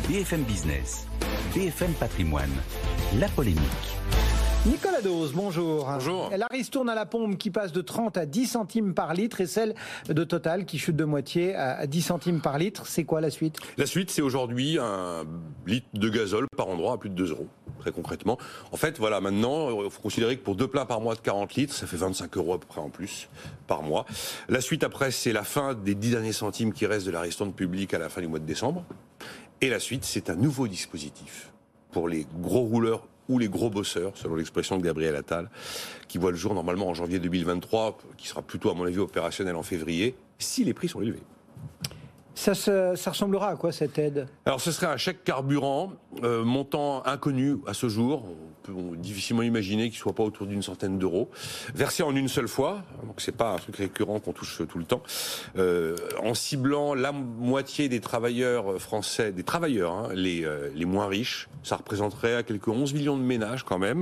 BFM Business, BFM Patrimoine, la polémique. Nicolas Dose, bonjour. Bonjour. La ristourne à la pompe qui passe de 30 à 10 centimes par litre et celle de Total qui chute de moitié à 10 centimes par litre. C'est quoi la suite ? La suite, c'est aujourd'hui un litre de gazole par endroit à plus de 2 euros, très concrètement. En fait, voilà, maintenant, il faut considérer que pour 2 pleins par mois de 40 litres, ça fait 25 euros à peu près en plus par mois. La suite, après, c'est la fin des 10 derniers centimes qui restent de la ristourne publique à la fin du mois de décembre. Et la suite, c'est un nouveau dispositif pour les gros rouleurs ou les gros bosseurs, selon l'expression de Gabriel Attal, qui voit le jour normalement en janvier 2023, qui sera plutôt, à mon avis, opérationnel en février, si les prix sont élevés. Ça ressemblera à quoi cette aide ? Alors ce serait un chèque carburant, montant inconnu à ce jour, on peut difficilement imaginer qu'il ne soit pas autour d'une centaine d'euros, versé en une seule fois, donc c'est pas un truc récurrent qu'on touche tout le temps, en ciblant la moitié des travailleurs français, des travailleurs, les moins riches, ça représenterait à quelques 11 millions de ménages quand même,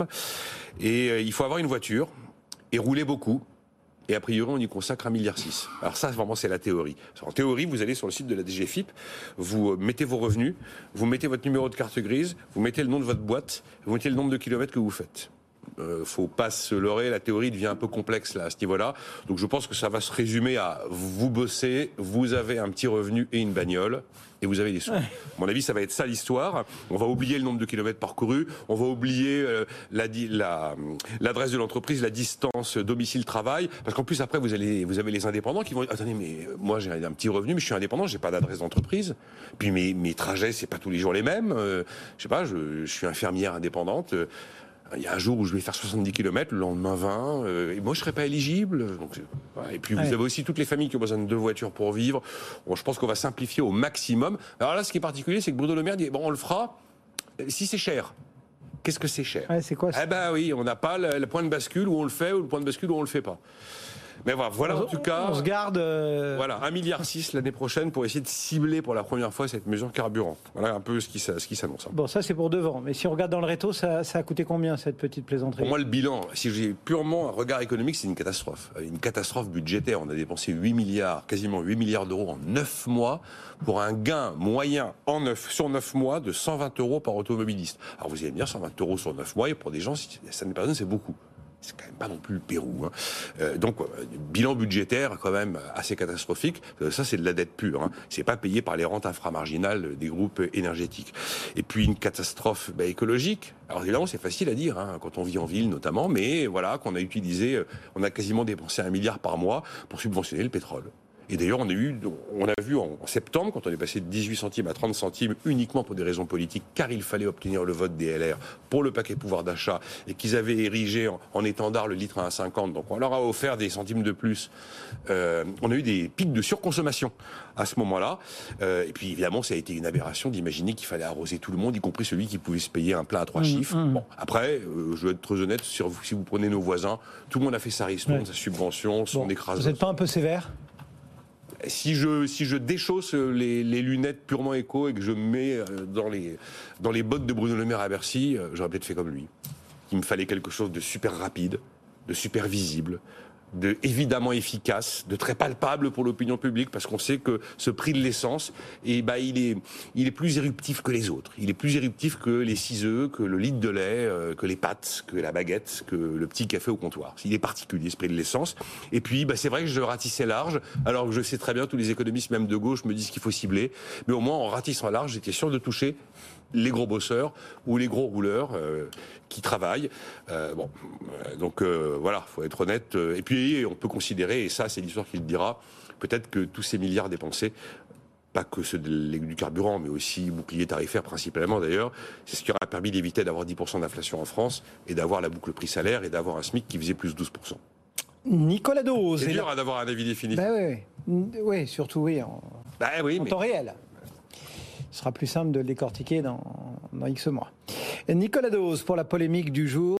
et il faut avoir une voiture et rouler beaucoup. Et a priori, on y consacre 1,6 milliard. Alors ça, vraiment, c'est la théorie. En théorie, vous allez sur le site de la DGFiP, vous mettez vos revenus, vous mettez votre numéro de carte grise, vous mettez le nom de votre boîte, vous mettez le nombre de kilomètres que vous faites. Faut pas se leurrer, la théorie devient un peu complexe là à ce niveau-là. Donc je pense que ça va se résumer à vous bossez, vous avez un petit revenu et une bagnole et vous avez des sous. À mon avis, ça va être ça l'histoire. On va oublier le nombre de kilomètres parcourus, on va oublier l'adresse de l'entreprise, la distance domicile-travail, parce qu'en plus après vous avez les indépendants qui vont dire attendez mais moi j'ai un petit revenu mais je suis indépendant, j'ai pas d'adresse d'entreprise. Puis mes trajets c'est pas tous les jours les mêmes. Je sais pas, je suis infirmière indépendante. Il y a un jour où je vais faire 70 km, le lendemain 20, et moi je ne serais pas éligible. Donc, et puis vous avez aussi toutes les familles qui ont besoin de 2 voitures pour vivre. Bon, je pense qu'on va simplifier au maximum. Alors là, ce qui est particulier, c'est que Bruno Le Maire dit, bon, on le fera si c'est cher. Qu'est-ce que c'est cher ? C'est quoi ça ? Eh ben oui, on n'a pas le point de bascule où on le fait ou le point de bascule où on le fait pas. Mais voilà en tout cas. On se garde. Voilà, 1,6 milliard l'année prochaine pour essayer de cibler pour la première fois cette mesure carburant. Voilà un peu ce qui s'annonce. Bon, ça c'est pour devant. Mais si on regarde dans le rétro, ça a coûté combien cette petite plaisanterie ? Pour moi, le bilan, si j'ai purement un regard économique, c'est une catastrophe. Une catastrophe budgétaire. On a dépensé 8 milliards, quasiment 8 milliards d'euros en 9 mois pour un gain moyen sur 9 mois de 120 euros par automobiliste. Alors vous allez me dire, 120 euros sur 9 mois, et pour des gens, certaines personnes, c'est beaucoup. C'est quand même pas non plus le Pérou. Donc, bilan budgétaire quand même assez catastrophique. Ça, c'est de la dette pure. C'est pas payé par les rentes inframarginales des groupes énergétiques. Et puis une catastrophe écologique. Alors évidemment, c'est facile à dire quand on vit en ville notamment, mais voilà qu'on on a quasiment dépensé 1 milliard par mois pour subventionner le pétrole. Et d'ailleurs, on a vu en septembre, quand on est passé de 18 centimes à 30 centimes, uniquement pour des raisons politiques, car il fallait obtenir le vote des LR pour le paquet pouvoir d'achat, et qu'ils avaient érigé en étendard le litre à 1,50. Donc on leur a offert des centimes de plus. On a eu des pics de surconsommation à ce moment-là. Et puis évidemment, ça a été une aberration d'imaginer qu'il fallait arroser tout le monde, y compris celui qui pouvait se payer un plat à 3 chiffres. Bon, après, je vais être très honnête, si vous prenez nos voisins, tout le monde a fait sa ristourne, sa subvention, son écrasement. Vous n'êtes pas un peu sévère ? Si je déchausse les lunettes purement éco et que je me mets dans les bottes de Bruno Le Maire à Bercy, j'aurais peut-être fait comme lui. Il me fallait quelque chose de super rapide, de super visible, de évidemment efficace, de très palpable pour l'opinion publique, parce qu'on sait que ce prix de l'essence, il est plus éruptif que les autres. Il est plus éruptif que les 6 œufs, que le litre de lait, que les pâtes, que la baguette, que le petit café au comptoir. Il est particulier, ce prix de l'essence. Et puis, c'est vrai que je ratissais large, alors que je sais très bien, tous les économistes, même de gauche, me disent qu'il faut cibler. Mais au moins, en ratissant large, j'étais sûr de toucher les gros bosseurs ou les gros rouleurs qui travaillent. Donc voilà, faut être honnête. Et puis on peut considérer, et ça c'est l'histoire qui le dira, peut-être que tous ces milliards dépensés, pas que ceux du carburant, mais aussi bouclier tarifaire principalement d'ailleurs, c'est ce qui aura permis d'éviter d'avoir 10% d'inflation en France et d'avoir la boucle prix-salaire et d'avoir un SMIC qui faisait plus 12%. Nicolas Dose. C'est dur d'avoir un avis définitif. Oui, surtout en temps réel. Ce sera plus simple de le décortiquer dans X mois. Nicolas Dose pour la polémique du jour.